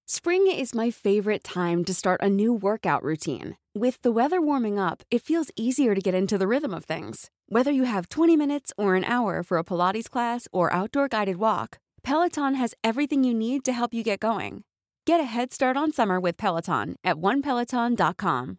Spring is my favorite time to start a new workout routine. With the weather warming up, it feels easier to get into the rhythm of things. Whether you have 20 minutes or an hour for a Pilates class or outdoor guided walk, Peloton has everything you need to help you get going. Get a head start on summer with Peloton at onepeloton.com.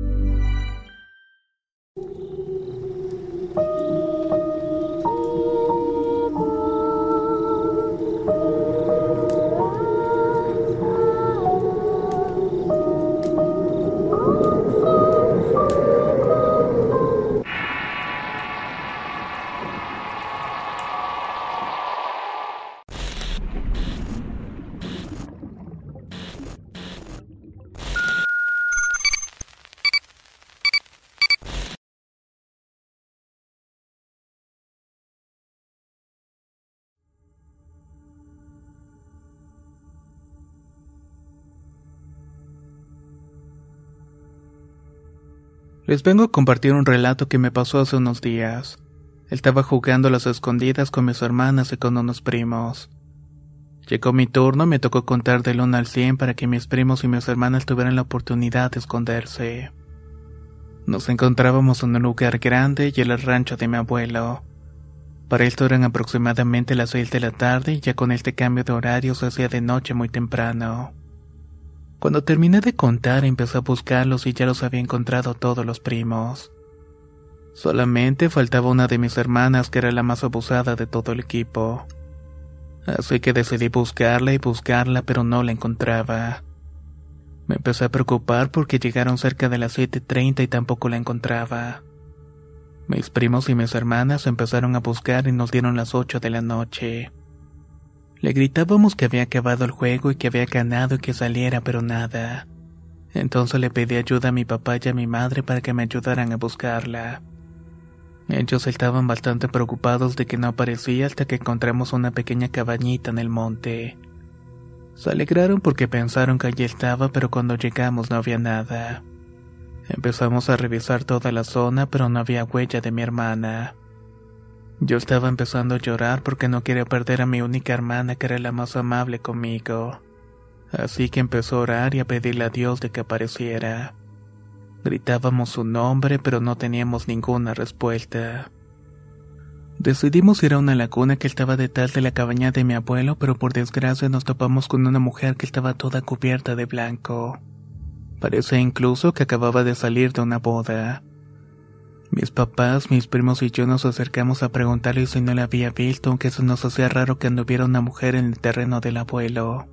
Les vengo a compartir un relato que me pasó hace unos días. Estaba jugando a las escondidas con mis hermanas y con unos primos. Llegó mi turno y me tocó contar del 1 al 100 para que mis primos y mis hermanas tuvieran la oportunidad de esconderse. Nos encontrábamos en un lugar grande y en el rancho de mi abuelo. Para esto eran aproximadamente las 6 de la tarde y ya con este cambio de horario se hacía de noche muy temprano. Cuando terminé de contar empecé a buscarlos y ya los había encontrado todos los primos. Solamente faltaba una de mis hermanas que era la más abusada de todo el equipo. Así que decidí buscarla pero no la encontraba. Me empecé a preocupar porque llegaron cerca de las 7:30 y tampoco la encontraba. Mis primos y mis hermanas empezaron a buscar y nos dieron las 8 de la noche. Le gritábamos que había acabado el juego y que había ganado y que saliera, pero nada. Entonces le pedí ayuda a mi papá y a mi madre para que me ayudaran a buscarla. Ellos estaban bastante preocupados de que no aparecía hasta que encontramos una pequeña cabañita en el monte. Se alegraron porque pensaron que allí estaba, pero cuando llegamos no había nada. Empezamos a revisar toda la zona, pero no había huella de mi hermana. Yo estaba empezando a llorar porque no quería perder a mi única hermana que era la más amable conmigo. Así que empezó a orar y a pedirle a Dios de que apareciera. Gritábamos su nombre pero no teníamos ninguna respuesta. Decidimos ir a una laguna que estaba detrás de la cabaña de mi abuelo, pero por desgracia nos topamos con una mujer que estaba toda cubierta de blanco. Parecía incluso que acababa de salir de una boda. Mis papás, mis primos y yo nos acercamos a preguntarle si no la había visto, aunque se nos hacía raro que anduviera una mujer en el terreno del abuelo.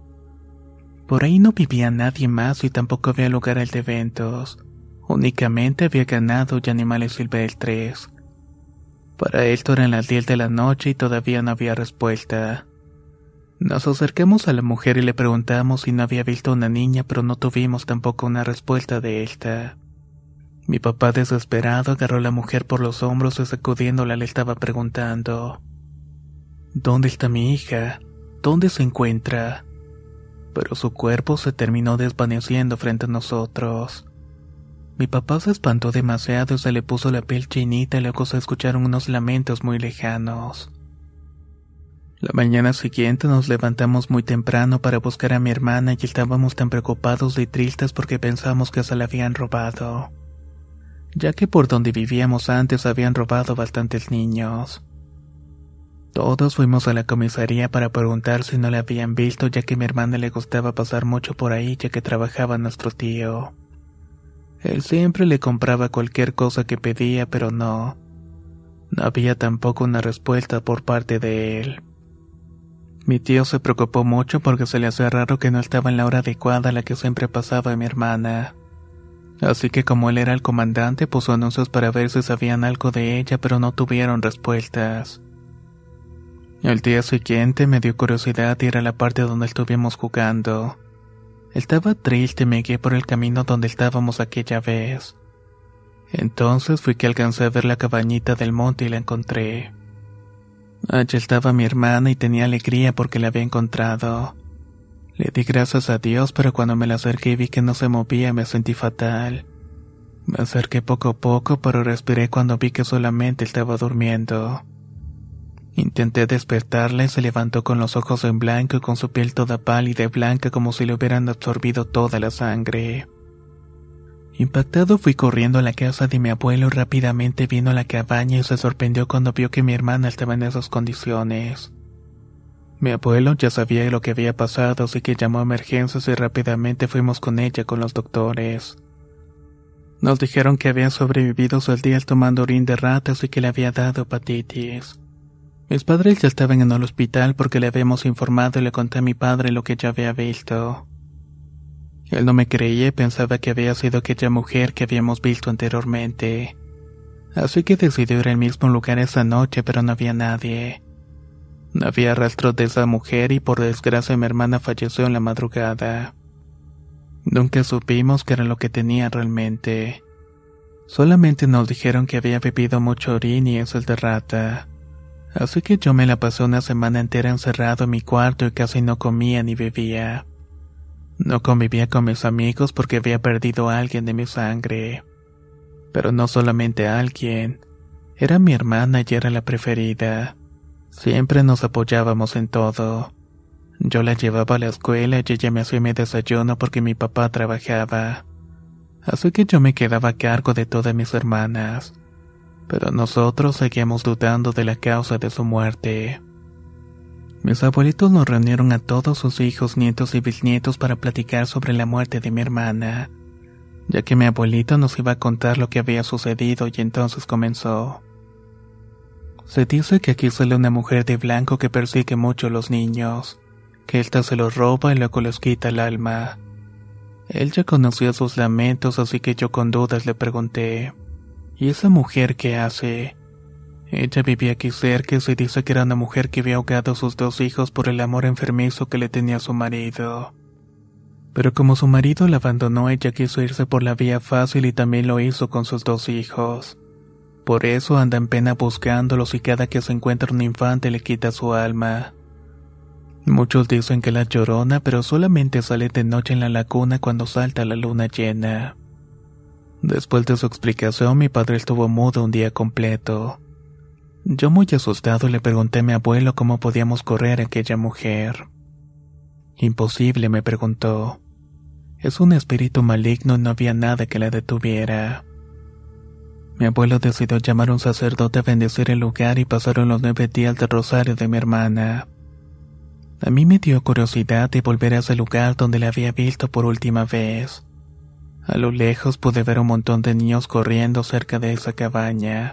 Por ahí no vivía nadie más y tampoco había lugares de eventos. Únicamente había ganado y animales silvestres. Para esto eran las 10 de la noche y todavía no había respuesta. Nos acercamos a la mujer y le preguntamos si no había visto a una niña, pero no tuvimos tampoco una respuesta de esta. Mi papá, desesperado, agarró a la mujer por los hombros y sacudiéndola le estaba preguntando: ¿Dónde está mi hija? ¿Dónde se encuentra? Pero su cuerpo se terminó desvaneciendo frente a nosotros. Mi papá se espantó demasiado y se le puso la piel chinita y luego se escucharon unos lamentos muy lejanos. La mañana siguiente nos levantamos muy temprano para buscar a mi hermana y estábamos tan preocupados y tristes porque pensamos que se la habían robado, ya que por donde vivíamos antes habían robado bastantes niños. Todos fuimos a la comisaría para preguntar si no la habían visto, ya que a mi hermana le gustaba pasar mucho por ahí ya que trabajaba nuestro tío. Él siempre le compraba cualquier cosa que pedía, pero no había tampoco una respuesta por parte de él. Mi tío se preocupó mucho porque se le hacía raro que no estaba en la hora adecuada a la que siempre pasaba mi hermana. Así que como él era el comandante, puso anuncios para ver si sabían algo de ella, pero no tuvieron respuestas. El día siguiente me dio curiosidad ir a la parte donde estuvimos jugando. Estaba triste y me guié por el camino donde estábamos aquella vez. Entonces fui que alcancé a ver la cabañita del monte y la encontré. Allí estaba mi hermana y tenía alegría porque la había encontrado. Le di gracias a Dios, pero cuando me la acerqué y vi que no se movía me sentí fatal. Me acerqué poco a poco, pero respiré cuando vi que solamente estaba durmiendo. Intenté despertarla y se levantó con los ojos en blanco y con su piel toda pálida y blanca como si le hubieran absorbido toda la sangre. Impactado fui corriendo a la casa de mi abuelo y rápidamente vino a la cabaña y se sorprendió cuando vio que mi hermana estaba en esas condiciones. Mi abuelo ya sabía lo que había pasado, así que llamó a emergencias y rápidamente fuimos con ella con los doctores. Nos dijeron que había sobrevivido 6 días tomando orín de ratas y que le había dado hepatitis. Mis padres ya estaban en el hospital porque le habíamos informado y le conté a mi padre lo que yo había visto. Él no me creía y pensaba que había sido aquella mujer que habíamos visto anteriormente. Así que decidió ir al mismo lugar esa noche, pero no había nadie. No había rastros de esa mujer y por desgracia mi hermana falleció en la madrugada. Nunca supimos qué era lo que tenía realmente. Solamente nos dijeron que había bebido mucho orín y heces de rata. Así que yo me la pasé una semana entera encerrado en mi cuarto y casi no comía ni bebía. No convivía con mis amigos porque había perdido a alguien de mi sangre. Pero no solamente a alguien, era mi hermana y era la preferida. Siempre nos apoyábamos en todo. Yo la llevaba a la escuela y ella me hacía mi desayuno porque mi papá trabajaba. Así que yo me quedaba a cargo de todas mis hermanas. Pero nosotros seguíamos dudando de la causa de su muerte. Mis abuelitos nos reunieron a todos sus hijos, nietos y bisnietos para platicar sobre la muerte de mi hermana, ya que mi abuelito nos iba a contar lo que había sucedido y entonces comenzó. Se dice que aquí sale una mujer de blanco que persigue mucho a los niños, que ésta se los roba y luego les quita el alma. Él ya conocía sus lamentos, así que yo con dudas le pregunté, ¿y esa mujer qué hace? Ella vivía aquí cerca y se dice que era una mujer que había ahogado a sus 2 hijos por el amor enfermizo que le tenía a su marido. Pero como su marido la abandonó, ella quiso irse por la vía fácil y también lo hizo con sus 2 hijos. Por eso anda en pena buscándolos y cada que se encuentra un infante le quita su alma. Muchos dicen que la Llorona, pero solamente sale de noche en la laguna cuando salta la luna llena. Después de su explicación, mi padre estuvo mudo un día completo. Yo muy asustado le pregunté a mi abuelo cómo podíamos correr a aquella mujer. Imposible, me preguntó. Es un espíritu maligno y no había nada que la detuviera. Mi abuelo decidió llamar a un sacerdote a bendecir el lugar y pasaron los 9 días del rosario de mi hermana. A mí me dio curiosidad de volver a ese lugar donde la había visto por última vez. A lo lejos pude ver un montón de niños corriendo cerca de esa cabaña.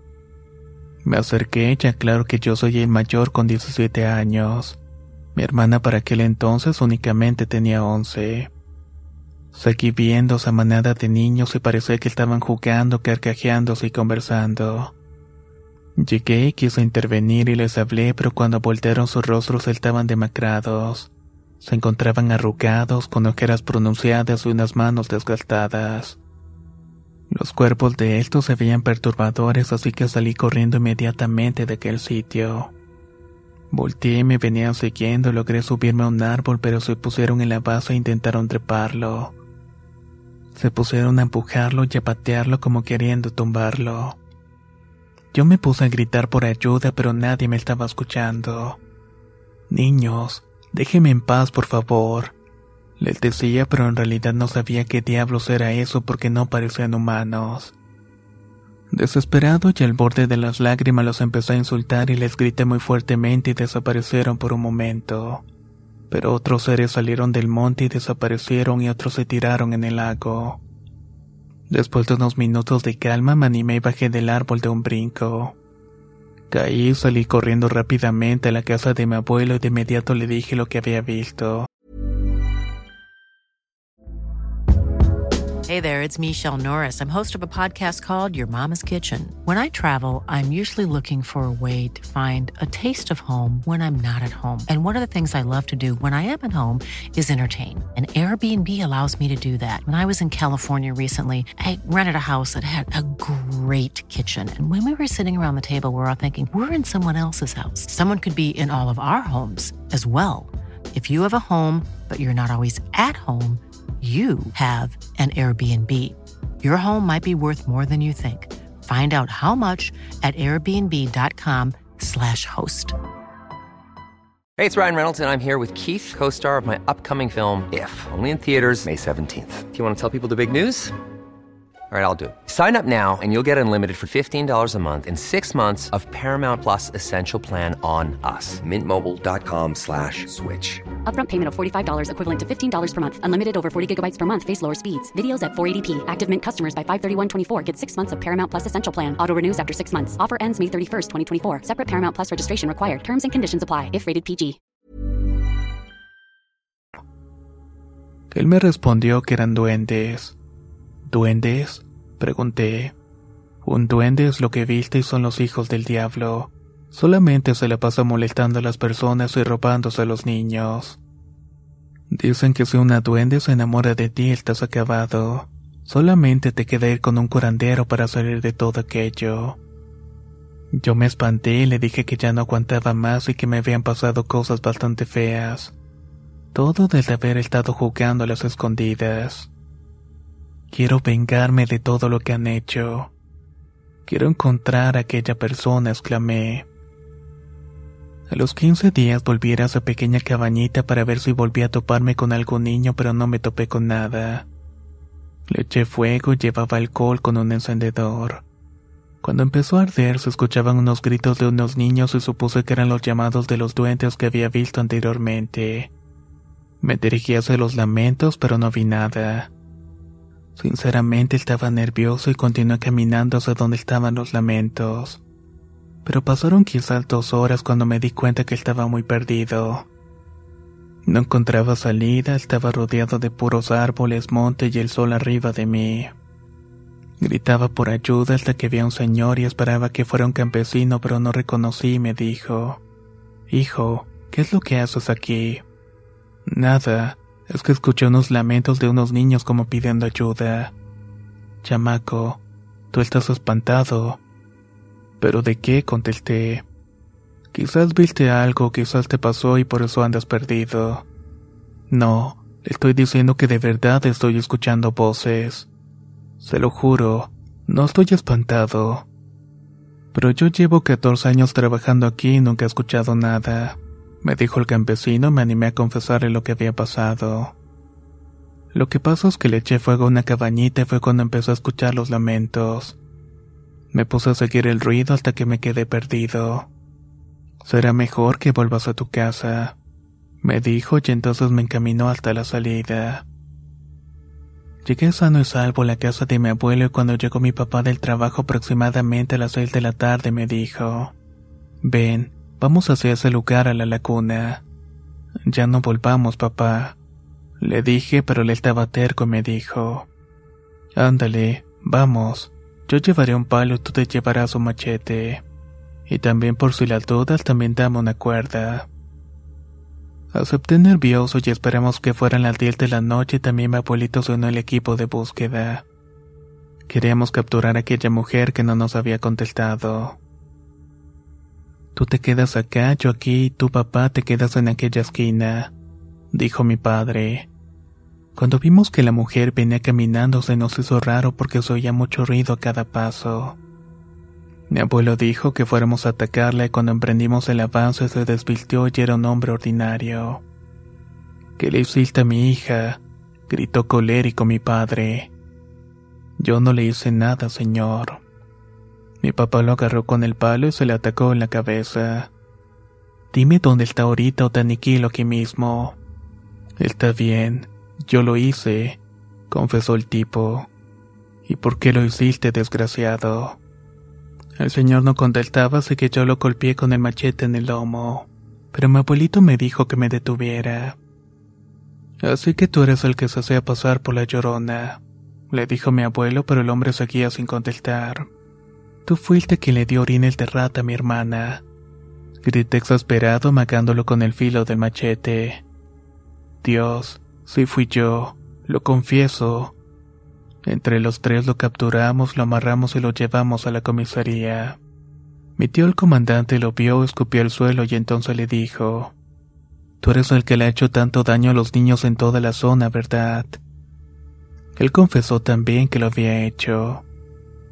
Me acerqué, ya claro que yo soy el mayor con 17 años. Mi hermana para aquel entonces únicamente tenía 11. Seguí viendo esa manada de niños y parecía que estaban jugando, carcajeándose y conversando. Llegué y quise intervenir y les hablé, pero cuando voltearon sus rostros estaban demacrados. Se encontraban arrugados, con ojeras pronunciadas y unas manos desgastadas. Los cuerpos de estos se veían perturbadores, así que salí corriendo inmediatamente de aquel sitio. Volteé y me venían siguiendo, logré subirme a un árbol, pero se pusieron en la base e intentaron treparlo. Se pusieron a empujarlo y a patearlo como queriendo tumbarlo. Yo me puse a gritar por ayuda, pero nadie me estaba escuchando. Niños, déjenme en paz, por favor. Les decía, pero en realidad no sabía qué diablos era eso porque no parecían humanos. Desesperado y al borde de las lágrimas los empecé a insultar y les grité muy fuertemente y desaparecieron por un momento. Pero otros seres salieron del monte y desaparecieron y otros se tiraron en el lago. Después de unos minutos de calma me animé y bajé del árbol de un brinco. Caí y salí corriendo rápidamente a la casa de mi abuelo y de inmediato le dije lo que había visto. Hey there, it's Michelle Norris. I'm host of a podcast called Your Mama's Kitchen. When I travel, I'm usually looking for a way to find a taste of home when I'm not at home. And one of the things I love to do when I am at home is entertain. And Airbnb allows me to do that. When I was in California recently, I rented a house that had a great kitchen. And when we were sitting around the table, we were all thinking, we're in someone else's house. Someone could be in all of our homes as well. If you have a home, but you're not always at home, you have an Airbnb. Your home might be worth more than you think. Find out how much at airbnb.com Hey, it's Ryan Reynolds, and I'm here with Keith, co-star of my upcoming film, If, only in theaters May 17th. Do you want to tell people the big news? All right, I'll do it. Sign up now and you'll get unlimited for $15 a month and 6 months of Paramount Plus Essential Plan on us. MintMobile.com/switch. Upfront payment of $45 equivalent to $15 per month. Unlimited over 40 gigabytes per month. Face lower speeds. Videos at 480p. Active Mint customers by 531.24 get 6 months of Paramount Plus Essential Plan. Auto renews after 6 months. Offer ends May 31st, 2024. Separate Paramount Plus registration required. Terms and conditions apply if rated PG. Él me respondió que eran duendes. ¿Duendes?, pregunté. Un duende es lo que viste y son los hijos del diablo. Solamente se la pasa molestando a las personas y robándose a los niños. Dicen que si una duende se enamora de ti, estás acabado. Solamente te queda ir con un curandero para salir de todo aquello. Yo me espanté y le dije que ya no aguantaba más y que me habían pasado cosas bastante feas. Todo desde haber estado jugando a las escondidas. Quiero vengarme de todo lo que han hecho. Quiero encontrar a aquella persona, exclamé. A los 15 días volví a esa pequeña cabañita para ver si volvía a toparme con algún niño, pero no me topé con nada. Le eché fuego y llevaba alcohol con un encendedor. Cuando empezó a arder se escuchaban unos gritos de unos niños y supuse que eran los llamados de los duendes que había visto anteriormente. Me dirigí hacia los lamentos, pero no vi nada. Sinceramente estaba nervioso y continué caminando hacia donde estaban los lamentos. Pero pasaron quizás 2 horas cuando me di cuenta que estaba muy perdido. No encontraba salida, estaba rodeado de puros árboles, monte y el sol arriba de mí. Gritaba por ayuda hasta que vi a un señor y esperaba que fuera un campesino, pero no reconocí y me dijo: «Hijo, ¿qué es lo que haces aquí?» «Nada, es que escuché unos lamentos de unos niños como pidiendo ayuda». «Chamaco, tú estás espantado». «¿Pero de qué?», contesté. «Quizás viste algo, quizás te pasó y por eso andas perdido». «No, le estoy diciendo que de verdad estoy escuchando voces. Se lo juro, no estoy espantado. Pero yo llevo 14 años trabajando aquí y nunca he escuchado nada», me dijo el campesino y me animé a confesarle lo que había pasado. Lo que pasó es que le eché fuego a una cabañita y fue cuando empezó a escuchar los lamentos. Me puse a seguir el ruido hasta que me quedé perdido. «Será mejor que vuelvas a tu casa», me dijo, y entonces me encaminó hasta la salida. Llegué sano y salvo a la casa de mi abuelo y cuando llegó mi papá del trabajo aproximadamente a las 6 de la tarde me dijo: «Ven, vamos hacia ese lugar, a la laguna». «Ya no volvamos, papá», le dije, pero él estaba terco y me dijo: «Ándale, vamos, yo llevaré un palo y tú te llevarás un machete. Y también por si las dudas, también dame una cuerda». Acepté nervioso y esperamos que fueran las 10 de la noche y también mi abuelito se unió al equipo de búsqueda. Queríamos capturar a aquella mujer que no nos había contestado. «Tú te quedas acá, yo aquí y tu papá te quedas en aquella esquina», dijo mi padre. Cuando vimos que la mujer venía caminando se nos hizo raro porque se oía mucho ruido a cada paso. Mi abuelo dijo que fuéramos a atacarla y cuando emprendimos el avance se desvistió y era un hombre ordinario. «¿Qué le hiciste a mi hija?», gritó colérico mi padre. «Yo no le hice nada, señor». Mi papá lo agarró con el palo y se le atacó en la cabeza. «Dime dónde está ahorita o te aniquilo aquí mismo». «Está bien, yo lo hice», confesó el tipo. «¿Y por qué lo hiciste, desgraciado?». El señor no contestaba, así que yo lo golpeé con el machete en el lomo, pero mi abuelito me dijo que me detuviera. «Así que tú eres el que se hacía pasar por la Llorona», le dijo mi abuelo, pero el hombre seguía sin contestar. «Tú fuiste quien le dio orines de rata a mi hermana», grité exasperado, magándolo con el filo del machete. «Dios, sí fui yo, lo confieso». Entre los 3 lo capturamos, lo amarramos y lo llevamos a la comisaría. Mi tío el comandante lo vio, escupió al suelo y entonces le dijo: «Tú eres el que le ha hecho tanto daño a los niños en toda la zona, ¿verdad?». Él confesó también que lo había hecho.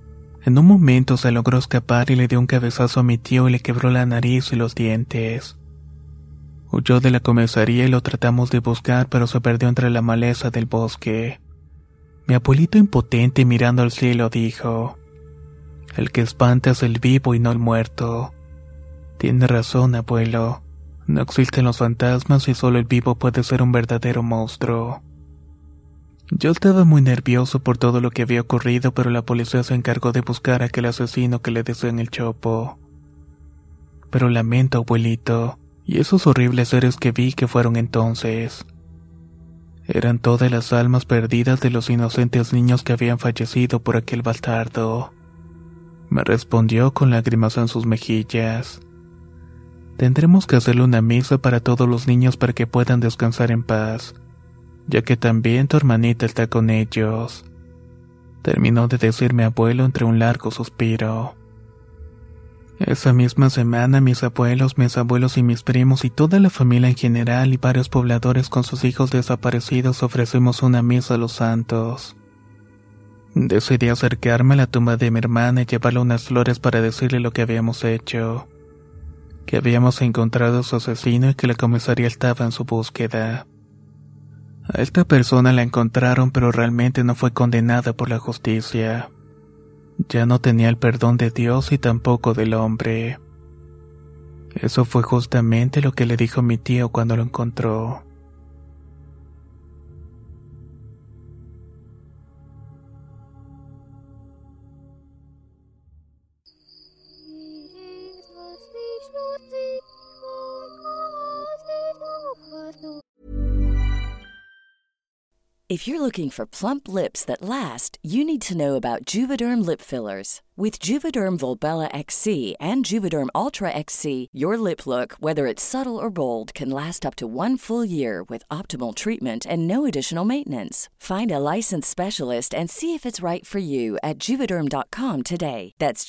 En un momento se logró escapar y le dio un cabezazo a mi tío y le quebró la nariz y los dientes. Huyó de la comisaría y lo tratamos de buscar, pero se perdió entre la maleza del bosque. Mi abuelito impotente mirando al cielo dijo: "El que espanta es el vivo y no el muerto". Tiene razón, abuelo. No existen los fantasmas y solo el vivo puede ser un verdadero monstruo. Yo estaba muy nervioso por todo lo que había ocurrido, pero la policía se encargó de buscar a aquel asesino que le decían el Chopo. Pero lamento, abuelito, y esos horribles seres que vi que fueron entonces. Eran todas las almas perdidas de los inocentes niños que habían fallecido por aquel bastardo. Me respondió con lágrimas en sus mejillas. Tendremos que hacerle una misa para todos los niños para que puedan descansar en paz, ya que también tu hermanita está con ellos. Terminó de decir mi abuelo entre un largo suspiro. Esa misma semana mis abuelos y mis primos y toda la familia en general y varios pobladores con sus hijos desaparecidos ofrecimos una misa a los santos. Decidí acercarme a la tumba de mi hermana y llevarle unas flores para decirle lo que habíamos hecho, que habíamos encontrado a su asesino y que la comisaría estaba en su búsqueda. A esta persona la encontraron, pero realmente no fue condenada por la justicia. Ya no tenía el perdón de Dios y tampoco del hombre. Eso fue justamente lo que le dijo mi tío cuando lo encontró. If you're looking for plump lips that last, you need to know about Juvederm lip fillers. With Juvederm Volbella XC and Juvederm Ultra XC, your lip look, whether it's subtle or bold, can last up to 1 full year with optimal treatment and no additional maintenance. Find a licensed specialist and see if it's right for you at Juvederm.com today. That's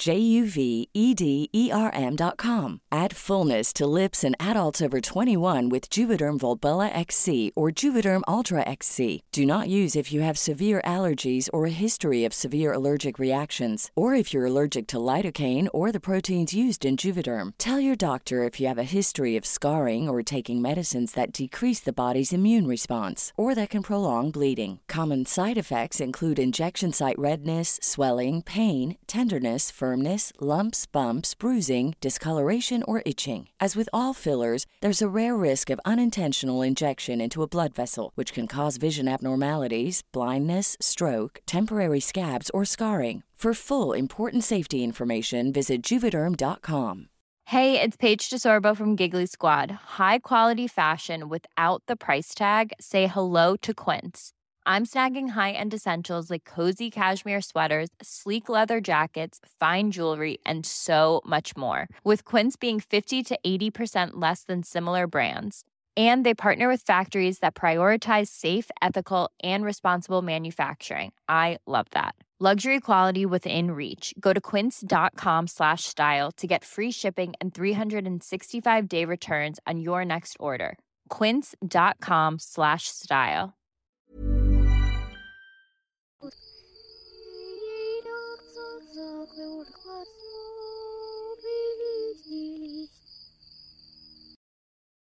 JUVEDERM.com. Add fullness to lips in adults over 21 with Juvederm Volbella XC or Juvederm Ultra XC. Do not use if you have severe allergies or a history of severe allergic reactions, or if you're allergic to lidocaine or the proteins used in Juvederm. Tell your doctor if you have a history of scarring or taking medicines that decrease the body's immune response or that can prolong bleeding. Common side effects include injection site redness, swelling, pain, tenderness, firmness, lumps, bumps, bruising, discoloration, or itching. As with all fillers, there's a rare risk of unintentional injection into a blood vessel, which can cause vision abnormalities, blindness, stroke, temporary scabs, or scarring. For full, important safety information, visit Juvederm.com. Hey, it's Paige DeSorbo from Giggly Squad. High quality fashion without the price tag. Say hello to Quince. I'm snagging high-end essentials like cozy cashmere sweaters, sleek leather jackets, fine jewelry, and so much more. With Quince being 50 to 80% less than similar brands. And they partner with factories that prioritize safe, ethical, and responsible manufacturing. I love that. Luxury quality within reach. Go to quince.com/style to get free shipping and 365-day returns on your next order. Quince.com/style.